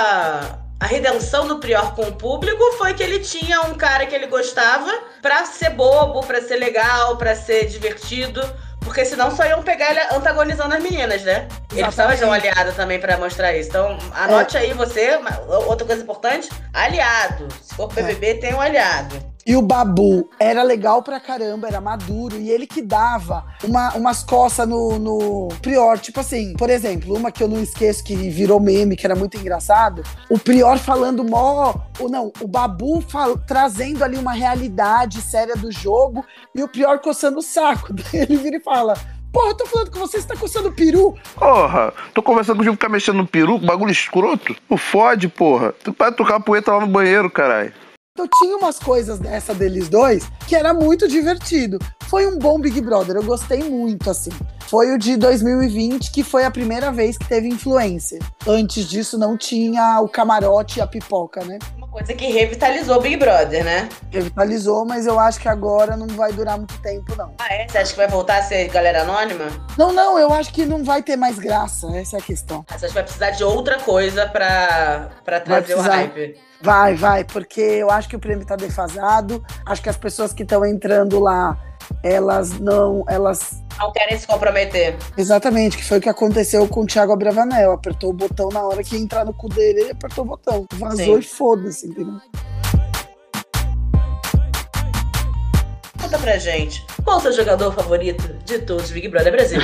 Speaker 1: a redenção do Prior com o público foi que ele tinha um cara que ele gostava pra ser bobo, pra ser legal, pra ser divertido. Porque senão só iam pegar ele antagonizando as meninas, né? Exatamente. Ele precisava de um aliado também pra mostrar isso. Então, anote aí você, outra coisa importante, aliado. Se for BBB, tem um aliado.
Speaker 2: E o Babu era legal pra caramba, era maduro, e ele que dava umas coças no Prior, tipo assim, por exemplo, uma que eu não esqueço que virou meme, que era muito engraçado, o Prior falando o Babu trazendo ali uma realidade séria do jogo, e o Prior coçando o saco. Daí ele vira e fala: porra, eu tô falando com você tá coçando o peru.
Speaker 3: Porra, tô conversando contigo, ficar mexendo no peru, bagulho escroto. Não fode, porra. Tu pode tocar a poeta lá no banheiro, caralho.
Speaker 2: Então tinha umas coisas dessa deles dois que era muito divertido. Foi um bom Big Brother, eu gostei muito, assim. Foi o de 2020, que foi a primeira vez que teve influencer. Antes disso não tinha o camarote e a pipoca, né?
Speaker 1: Uma coisa que revitalizou o Big Brother, né?
Speaker 2: Revitalizou, mas eu acho que agora não vai durar muito tempo, não.
Speaker 1: Ah, é? Você acha que vai voltar a ser galera anônima?
Speaker 2: Não, eu acho que não vai ter mais graça, essa é a questão.
Speaker 1: Você acha que vai precisar de outra coisa pra trazer o hype?
Speaker 2: Vai, porque eu acho que o prêmio tá defasado, acho que as pessoas que estão entrando lá, elas não
Speaker 1: querem se comprometer.
Speaker 2: Exatamente, que foi o que aconteceu com o Thiago Abravanel, apertou o botão na hora que ia entrar no cu dele, ele apertou o botão, vazou. Sim. E foda-se, entendeu?
Speaker 1: conta pra gente, qual o seu jogador favorito de todos, Big Brother Brasil?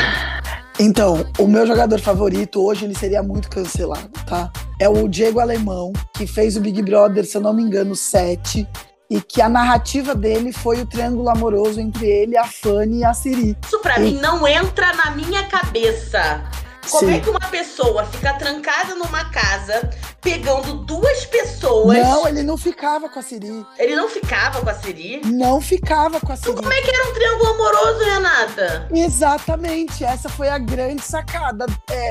Speaker 2: Então, o meu jogador favorito hoje, ele seria muito cancelado, tá? É o Diego Alemão, que fez o Big Brother, se eu não me engano, 7, e que a narrativa dele foi o triângulo amoroso entre ele, a Fanny e a Ciry.
Speaker 1: Isso pra mim não entra na minha cabeça. Como
Speaker 2: Sim.
Speaker 1: é que uma pessoa fica trancada numa casa, pegando duas pessoas...
Speaker 2: Não, ele não ficava com a Ciry.
Speaker 1: Ele não ficava com a Ciry?
Speaker 2: Não ficava com a Ciry.
Speaker 1: Como é que era um triângulo amoroso, Renata?
Speaker 2: Exatamente, essa foi a grande sacada.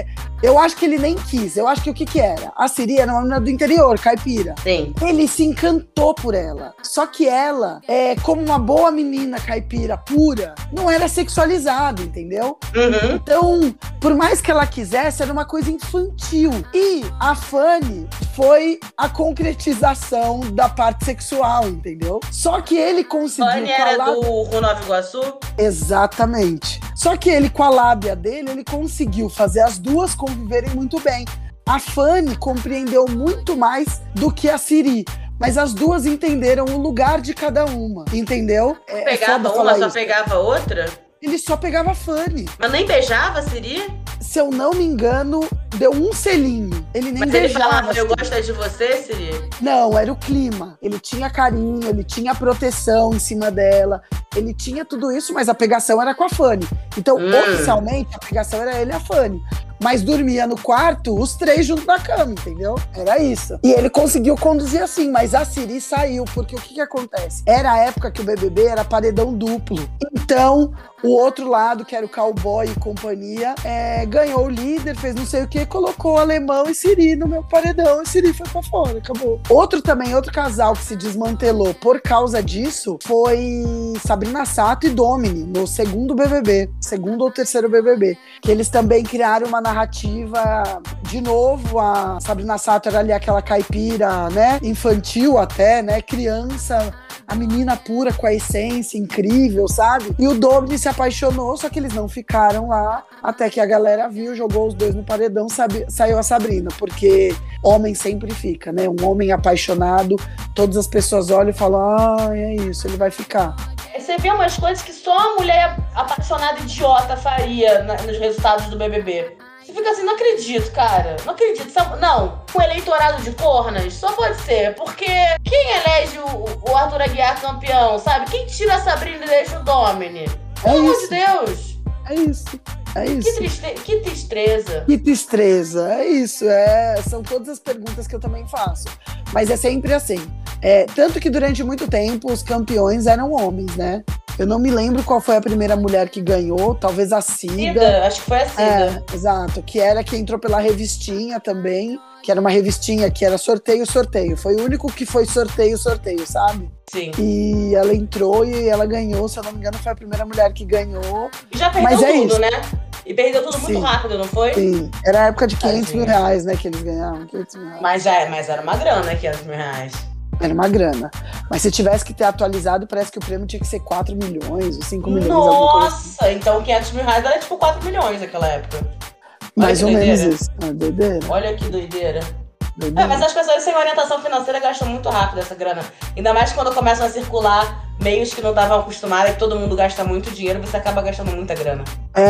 Speaker 2: Eu acho que ele nem quis, eu acho que o que era? A Ciry era uma menina do interior, caipira.
Speaker 1: Sim.
Speaker 2: Ele se encantou por ela, só que ela, como uma boa menina caipira pura, não era sexualizada, entendeu?
Speaker 1: Uhum.
Speaker 2: Então, por mais que ela quisesse, era uma coisa infantil. E a Fanny foi a concretização da parte sexual, entendeu? Só que ele conseguiu...
Speaker 1: Fanny era do Rio Nova Iguaçu?
Speaker 2: Exatamente. Só que ele, com a lábia dele, ele conseguiu fazer as duas conviverem muito bem. A Fanny compreendeu muito mais do que a Ciry. Mas as duas entenderam o lugar de cada uma, entendeu?
Speaker 1: Pegava uma, só pegava outra?
Speaker 2: Ele só pegava a Fanny.
Speaker 1: Mas nem beijava a Ciry?
Speaker 2: Se eu não me engano, deu um selinho. Ele nem
Speaker 1: Mas
Speaker 2: beijava.
Speaker 1: ele falava, eu gosto de você, Ciry?
Speaker 2: Não, era o clima. Ele tinha carinho, ele tinha proteção em cima dela. Ele tinha tudo isso, mas a pegação era com a Fanny. Então, oficialmente, a pegação era ele e a Fanny. Mas dormia no quarto, os três juntos na cama, entendeu? Era isso. E ele conseguiu conduzir assim, mas a Ciry saiu, porque o que acontece? Era a época que o BBB era paredão duplo. Então, o outro lado, que era o cowboy e companhia, ganhou o líder, fez não sei o que, colocou Alemão e Ciry no meu paredão, e Ciry foi pra fora, acabou. Outro casal que se desmantelou por causa disso, foi Sabrina Sato e Domini, no segundo BBB, segundo ou terceiro BBB, que eles também criaram uma narrativa, de novo, a Sabrina Sato era ali aquela caipira, né, infantil até, né, criança, a menina pura com a essência incrível, sabe? E o Domini se apaixonou, só que eles não ficaram lá, até que a galera viu, jogou os dois no paredão, saiu a Sabrina, porque homem sempre fica, né? Um homem apaixonado, todas as pessoas olham e falam, é isso, ele vai ficar.
Speaker 1: Você vê umas coisas que só a mulher apaixonada idiota faria nos resultados do BBB. Você fica assim, não acredito, cara. Não acredito. Não, um eleitorado de cornas só pode ser. Porque quem elege o Arthur Aguiar campeão, sabe? Quem tira a Sabrina e deixa o Domini? Pelo amor de Deus.
Speaker 2: É isso.
Speaker 1: Que tristeza.
Speaker 2: Que tristeza. É isso. São todas as perguntas que eu também faço. Mas é sempre assim. Tanto que durante muito tempo os campeões eram homens, né? Eu não me lembro qual foi a primeira mulher que ganhou, talvez a Cida.
Speaker 1: Acho que foi a Cida.
Speaker 2: Exato, que era que entrou pela revistinha também, que era uma revistinha que era sorteio. Foi o único que foi sorteio, sabe?
Speaker 1: Sim.
Speaker 2: E ela entrou e ela ganhou, se eu não me engano, foi a primeira mulher que ganhou.
Speaker 1: E já perdeu tudo, né? E perdeu tudo muito rápido, não foi?
Speaker 2: Sim, era a época de 500 mil reais, né, que eles ganhavam, 500 mil reais.
Speaker 1: Mas era uma grana, 500 mil reais.
Speaker 2: Era uma grana. Mas se tivesse que ter atualizado, parece que o prêmio tinha que ser 4 milhões ou 5 milhões.
Speaker 1: Nossa, assim. Então 500 mil reais era tipo 4 milhões naquela época.
Speaker 2: Mais ou menos isso. Doideira.
Speaker 1: Olha que doideira. Mas as pessoas sem orientação financeira gastam muito rápido essa grana. Ainda mais quando começam a circular meios que não estavam acostumados, que todo mundo gasta muito dinheiro, você acaba gastando muita grana.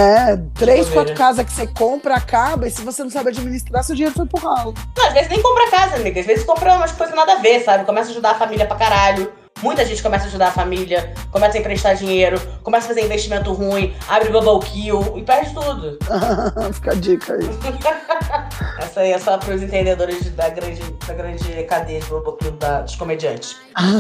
Speaker 2: 3, 4 casas que você compra, acaba, e se você não sabe administrar, seu dinheiro foi pro ralo.
Speaker 1: Não, às vezes nem compra casa, amiga. Às vezes compra umas coisas nada a ver, sabe? Começa a ajudar a família pra caralho. Muita gente começa a ajudar a família, começa a emprestar dinheiro, começa a fazer investimento ruim, abre Bubble Kill e perde tudo.
Speaker 2: Fica a dica aí.
Speaker 1: Essa aí é só para os entendedores da grande cadeia de Bubble Kill dos comediantes.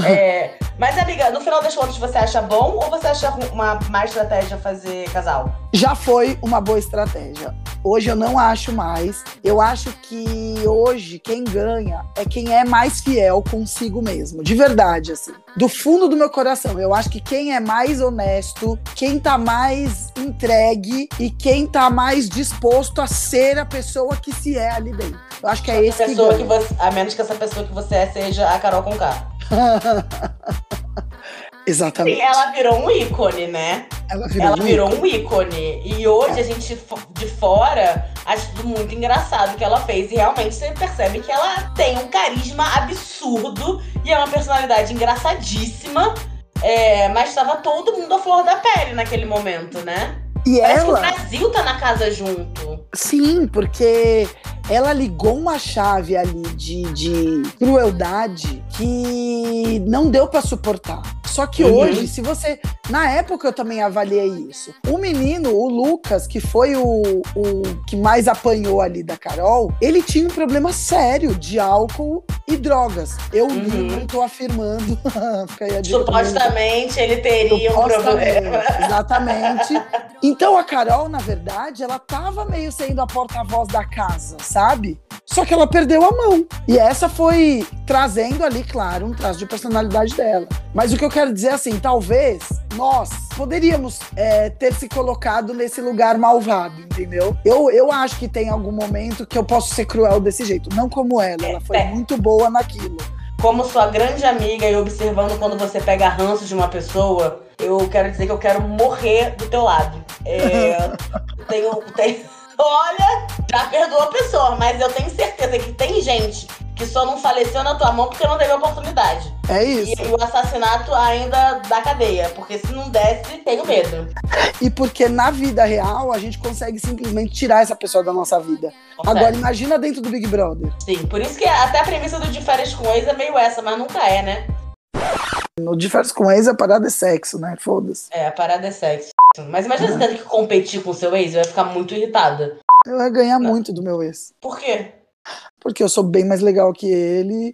Speaker 1: Mas, amiga, no final das contas, você acha bom ou você acha uma má estratégia fazer casal?
Speaker 2: Já foi uma boa estratégia. Hoje eu não acho mais. Eu acho que hoje quem ganha é quem é mais fiel consigo mesmo. De verdade, assim. Do fundo do meu coração. Eu acho que quem é mais honesto, quem tá mais entregue e quem tá mais disposto a ser a pessoa que se é ali dentro. Eu acho que é esse que ganha.
Speaker 1: A menos que essa pessoa que você seja a Carol Conká.
Speaker 2: Exatamente.
Speaker 1: Sim, ela virou um ícone, né? Ela virou um ícone. E hoje a gente, de fora, acha tudo muito engraçado o que ela fez. E realmente você percebe que ela tem um carisma absurdo e é uma personalidade engraçadíssima. Mas tava todo mundo à flor da pele naquele momento, né?
Speaker 2: E
Speaker 1: Parece
Speaker 2: ela...
Speaker 1: que o Brasil tá na casa junto.
Speaker 2: Sim, porque ela ligou uma chave ali de crueldade que não deu pra suportar. Só que hoje, se você... Na época eu também avaliei isso. O menino, o Lucas, que foi o que mais apanhou ali da Carol, ele tinha um problema sério de álcool e drogas. Eu não tô afirmando.
Speaker 1: Supostamente ele teria um problema.
Speaker 2: Exatamente. Então a Carol, na verdade, ela tava meio sendo a porta-voz da casa, sabe? Só que ela perdeu a mão. E essa foi trazendo ali, claro, um traço de personalidade dela. Mas o que eu quero dizer é assim, talvez nós poderíamos ter se colocado nesse lugar malvado, entendeu? Eu acho que tem algum momento que eu posso ser cruel desse jeito. Não como ela foi muito boa naquilo.
Speaker 1: Como sua grande amiga e observando quando você pega ranço de uma pessoa, eu quero dizer que eu quero morrer do teu lado. Olha, já perdoou a pessoa, mas eu tenho certeza que tem gente que só não faleceu na tua mão porque não teve oportunidade.
Speaker 2: É isso.
Speaker 1: E o assassinato ainda dá cadeia, porque se não desse, tenho medo.
Speaker 2: E porque na vida real, a gente consegue simplesmente tirar essa pessoa da nossa vida. Agora, imagina dentro do Big Brother.
Speaker 1: Sim, por isso que até a premissa do De Férias com Ex é meio essa, mas nunca é, né?
Speaker 2: No De Férias com Ex, a parada é sexo, né? Foda-se.
Speaker 1: A parada é sexo. Mas imagina você tendo que competir com o seu ex, eu ia ficar muito irritada.
Speaker 2: Eu ia ganhar muito do meu ex.
Speaker 1: Por quê?
Speaker 2: Porque eu sou bem mais legal que ele.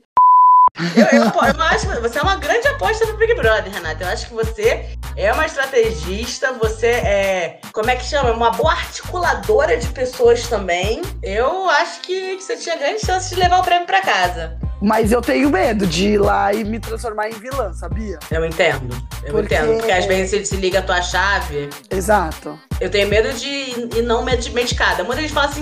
Speaker 1: Eu acho que você é uma grande aposta pro Big Brother, Renata. Eu acho que você é uma estrategista, você é, como é que chama? Uma boa articuladora de pessoas também. Eu acho que você tinha grande chance de levar o prêmio pra casa.
Speaker 2: Mas eu tenho medo de ir lá e me transformar em vilã, sabia?
Speaker 1: Eu entendo. Porque às vezes você desliga a tua chave.
Speaker 2: Exato.
Speaker 1: Eu tenho medo de ir não medicada. Muita gente fala assim,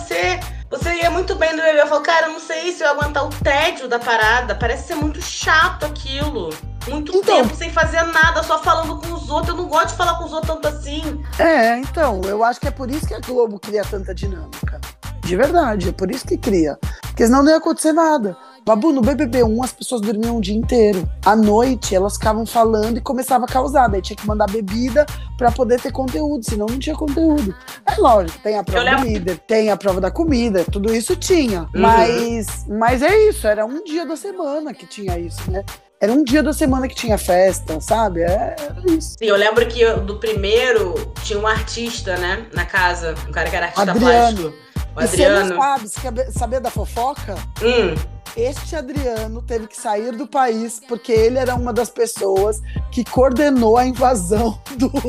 Speaker 1: você ia muito bem no bebê. Eu falo, cara, eu não sei se eu aguentar o tédio da parada. Parece ser muito chato aquilo. Muito tempo sem fazer nada, só falando com os outros. Eu não gosto de falar com os outros tanto assim.
Speaker 2: Então, eu acho que é por isso que a Globo cria tanta dinâmica. De verdade, é por isso que cria. Porque senão não ia acontecer nada. Babu, no BBB1 as pessoas dormiam o dia inteiro. À noite elas ficavam falando e começava a causar. Daí tinha que mandar bebida pra poder ter conteúdo, senão não tinha conteúdo. É lógico, tem a prova do líder, tem a prova da comida, tudo isso tinha. Mas é isso, era um dia da semana que tinha isso, né? Era um dia da semana que tinha festa, sabe? Era isso.
Speaker 1: Sim, eu lembro que do primeiro tinha um artista, né? Na casa, um cara que era artista plástico. O Adriano.
Speaker 2: Você não sabe da fofoca? Este Adriano teve que sair do país porque ele era uma das pessoas que coordenou a invasão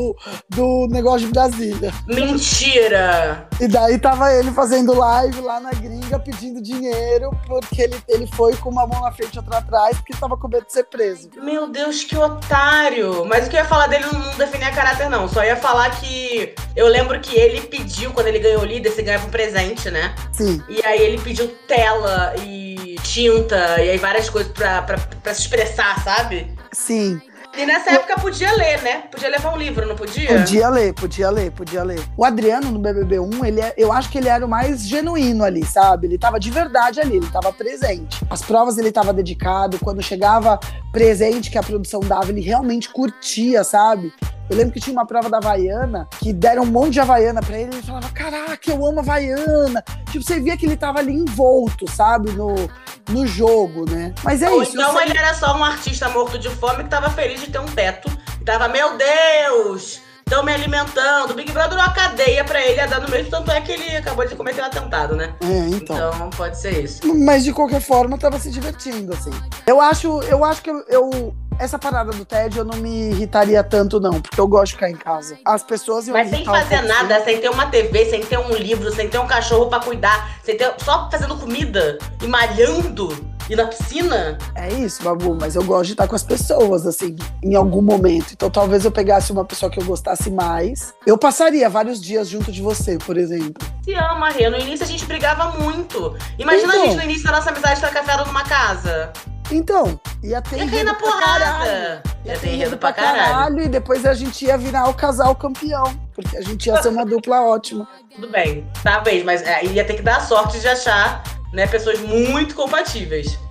Speaker 2: do negócio de Brasília.
Speaker 1: Mentira!
Speaker 2: E daí tava ele fazendo live lá na gringa pedindo dinheiro porque ele foi com uma mão na frente e outra atrás porque tava com medo de ser preso.
Speaker 1: Meu Deus, que otário! Mas o que eu ia falar dele não definia caráter, não. Só ia falar que eu lembro que ele pediu, quando ele ganhou o líder, você ganhava um presente, né?
Speaker 2: Sim.
Speaker 1: E aí ele pediu tela e tinta e aí várias coisas pra se expressar, sabe?
Speaker 2: Sim.
Speaker 1: E nessa época podia ler, né? Podia levar um livro, não podia?
Speaker 2: Podia ler. O Adriano, no BBB1, eu acho que ele era o mais genuíno ali, sabe? Ele tava de verdade ali, ele tava presente. As provas ele tava dedicado, quando chegava presente que a produção dava, ele realmente curtia, sabe? Eu lembro que tinha uma prova da Havaiana, que deram um monte de Havaiana pra ele, e ele falava, caraca, eu amo Havaiana. Tipo, você via que ele tava ali envolto, sabe, no jogo, né? Mas é isso.
Speaker 1: Então ele era só um artista morto de fome que tava feliz de ter um teto. E tava, meu Deus, estão me alimentando. O Big Brother deu uma cadeia pra ele, ia dar no mesmo, tanto é que ele acabou de cometer um atentado, né? Então pode ser isso.
Speaker 2: Mas de qualquer forma, tava se divertindo, assim. Eu acho que essa parada do tédio eu não me irritaria tanto, não, porque eu gosto de ficar em casa. As pessoas...
Speaker 1: Mas sem fazer nada, sem ter uma TV, sem ter um livro, sem ter um cachorro pra cuidar, só fazendo comida e malhando e na piscina.
Speaker 2: É isso, Babu, mas eu gosto de estar com as pessoas, assim, em algum momento. Então talvez eu pegasse uma pessoa que eu gostasse mais. Eu passaria vários dias junto de você, por exemplo.
Speaker 1: Se ama, Maria. No início a gente brigava muito. Imagina a gente no início da nossa amizade trancafiada numa casa.
Speaker 2: Então, ia ter enredo pra caralho.
Speaker 1: Ia ter enredo pra caralho.
Speaker 2: E depois a gente ia virar o casal campeão. Porque a gente ia ser uma dupla ótima.
Speaker 1: Tudo bem, talvez, mas ia ter que dar sorte de achar, né, pessoas muito compatíveis.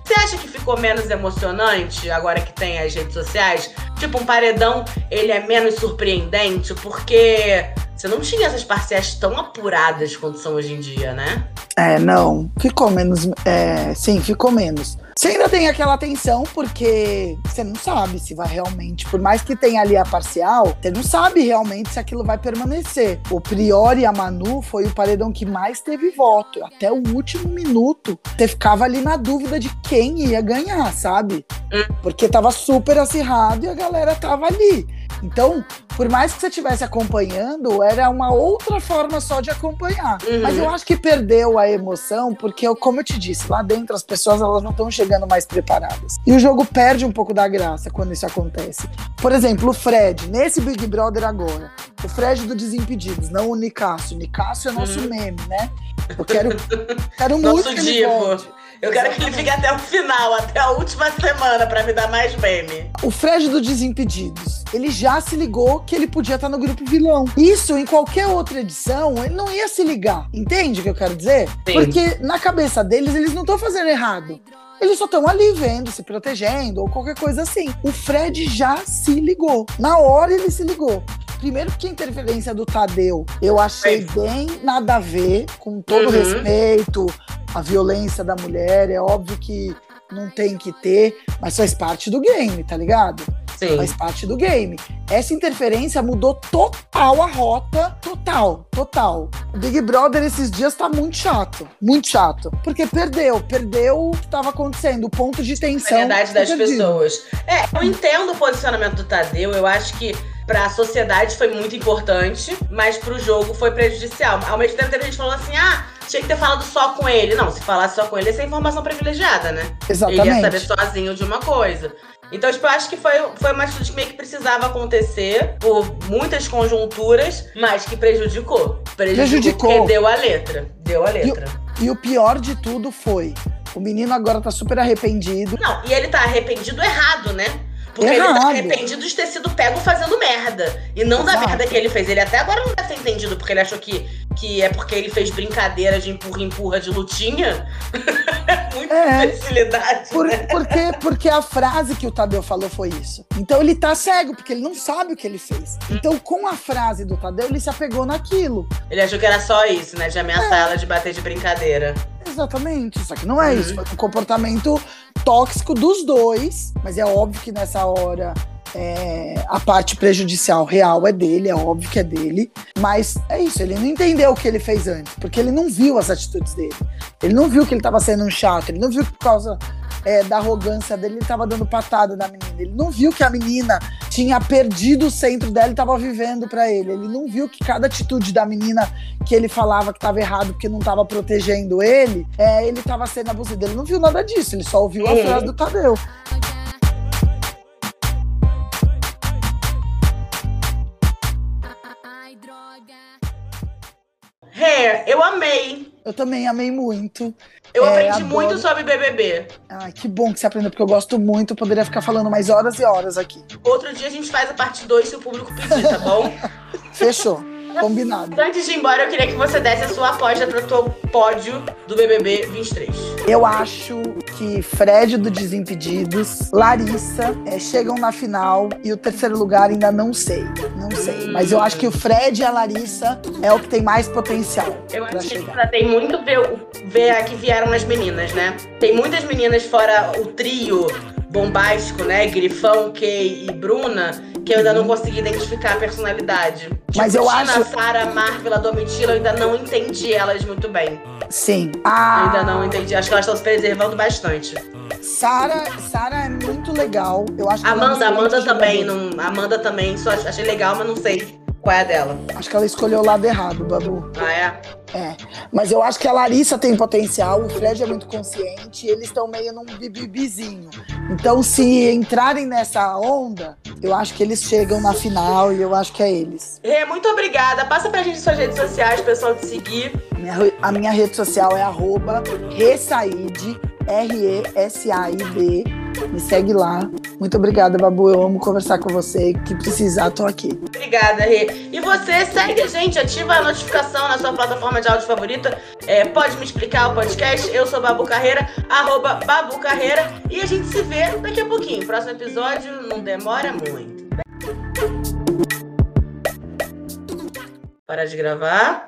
Speaker 1: Você acha que ficou menos emocionante agora que tem as redes sociais? Tipo, um paredão, ele é menos surpreendente porque você não tinha essas parciais tão apuradas quanto são hoje em dia, né?
Speaker 2: Não. Ficou menos. Sim, ficou menos. Você ainda tem aquela tensão, porque você não sabe se vai realmente, por mais que tenha ali a parcial, você não sabe realmente se aquilo vai permanecer. O Prior e a Manu foi o paredão que mais teve voto. Até o último minuto, você ficava ali na dúvida de quem ia ganhar, sabe? Porque tava super acirrado e a galera tava ali. Então, por mais que você estivesse acompanhando, era uma outra forma só de acompanhar. Mas eu acho que perdeu a emoção, porque, como eu te disse, lá dentro as pessoas elas não estão chegando mais preparadas. E o jogo perde um pouco da graça quando isso acontece. Por exemplo, o Fred, nesse Big Brother agora, o Fred do Desimpedidos, não o Nicásio. O Nicásio é nosso meme, né? Eu quero muito que ele volte.
Speaker 1: Eu quero que ele fique até o final, até a última semana, pra me dar mais meme.
Speaker 2: O Fred do Desimpedidos, ele já se ligou que ele podia estar no grupo vilão. Isso, em qualquer outra edição, ele não ia se ligar. Entende o que eu quero dizer?
Speaker 1: Sim.
Speaker 2: Porque na cabeça deles, eles não estão fazendo errado. Eles só estão ali vendo, se protegendo ou qualquer coisa assim. O Fred já se ligou. Na hora ele se ligou. Primeiro que a interferência do Tadeu, eu achei bem nada a ver, com todo respeito, a violência da mulher. É óbvio que não tem que ter, mas faz parte do game, tá ligado?
Speaker 1: Sim.
Speaker 2: Faz parte do game. Essa interferência mudou total a rota, total. O Big Brother esses dias tá muito chato, porque perdeu o que tava acontecendo, o ponto de tensão.
Speaker 1: A verdade das pessoas. Eu entendo o posicionamento do Tadeu, eu acho que pra sociedade foi muito importante, mas pro jogo foi prejudicial. Ao mesmo tempo, teve gente falando assim, tinha que ter falado só com ele. Não, se falasse só com ele, ia ser informação privilegiada, né?
Speaker 2: Exatamente.
Speaker 1: Ele ia saber sozinho de uma coisa. Então, tipo, eu acho que foi uma atitude que meio que precisava acontecer por muitas conjunturas, mas que prejudicou. Porque deu a letra.
Speaker 2: E o pior de tudo foi, o menino agora tá super arrependido.
Speaker 1: Não, e ele tá arrependido errado, né? Porque ele tá arrependido de ter sido pego fazendo merda. E não da merda que ele fez. Ele até agora não deve ter entendido, porque ele achou que é porque ele fez brincadeira de empurra-empurra de lutinha. Muita imbecilidade, né?
Speaker 2: Porque a frase que o Tadeu falou foi isso. Então ele tá cego, porque ele não sabe o que ele fez. Então com a frase do Tadeu, ele se apegou naquilo.
Speaker 1: Ele achou que era só isso, né? De ameaçar ela, de bater de brincadeira.
Speaker 2: Exatamente, só que não é isso. Foi um comportamento tóxico dos dois, mas é óbvio que nessa hora a parte prejudicial real é dele, é óbvio que é dele, mas é isso, ele não entendeu o que ele fez antes, porque ele não viu as atitudes dele, ele não viu que ele tava sendo um chato, ele não viu que por causa da arrogância dele, ele tava dando patada na menina, ele não viu que a menina tinha perdido o centro dela e tava vivendo pra ele, ele não viu que cada atitude da menina que ele falava que tava errado porque não tava protegendo ele tava sendo abusivo, ele não viu nada disso, ele só ouviu a frase do Tadeu.
Speaker 1: Eu amei.
Speaker 2: Eu também amei muito.
Speaker 1: Eu aprendi muito sobre BBB.
Speaker 2: Ai, que bom que você aprendeu, porque eu gosto muito. Eu poderia ficar falando mais horas e horas aqui.
Speaker 1: Outro dia a gente faz a parte 2 se o público pedir, tá bom?
Speaker 2: Fechou. Combinado.
Speaker 1: Antes de ir embora, eu queria que você desse a sua aposta pro teu pódio do BBB 23.
Speaker 2: Eu acho que Fred do Desimpedidos, Larissa chegam na final e o terceiro lugar ainda não sei. Mas eu acho que o Fred e a Larissa é o que tem mais potencial.
Speaker 1: Eu acho que ainda tem muito ver a que vieram nas meninas, né? Tem muitas meninas fora o trio bombástico, né? Grifão, Kay e Bruna, que eu ainda não consegui identificar a personalidade.
Speaker 2: Mas
Speaker 1: tipo,
Speaker 2: eu
Speaker 1: Tina,
Speaker 2: acho...
Speaker 1: Sara, Marvila, Domitila, eu ainda não entendi elas muito bem.
Speaker 2: Sim.
Speaker 1: Ainda não entendi. Acho que elas estão se preservando bastante.
Speaker 2: Sara é muito legal. Eu acho que
Speaker 1: Amanda também. Amanda também. Só achei legal, mas não sei qual é a dela.
Speaker 2: Acho que ela escolheu o lado errado, Babu.
Speaker 1: Ah, é?
Speaker 2: Mas eu acho que a Larissa tem potencial, o Fred é muito consciente, eles estão meio num bibibizinho. Então, se entrarem nessa onda, eu acho que eles chegam na final e eu acho que é eles.
Speaker 1: Muito obrigada. Passa pra gente suas redes sociais, pessoal, te seguir.
Speaker 2: A minha rede social é @Resaid, RESAID. Me segue lá. Muito obrigada, Babu. Eu amo conversar com você. Que precisar, tô aqui.
Speaker 1: Obrigada, Rê. E você, segue a gente, ativa a notificação na sua plataforma de áudio favorita. Pode me explicar o podcast. Eu sou Babu Carreira, @Babu Carreira. E a gente se vê daqui a pouquinho. Próximo episódio não demora muito. Para de gravar.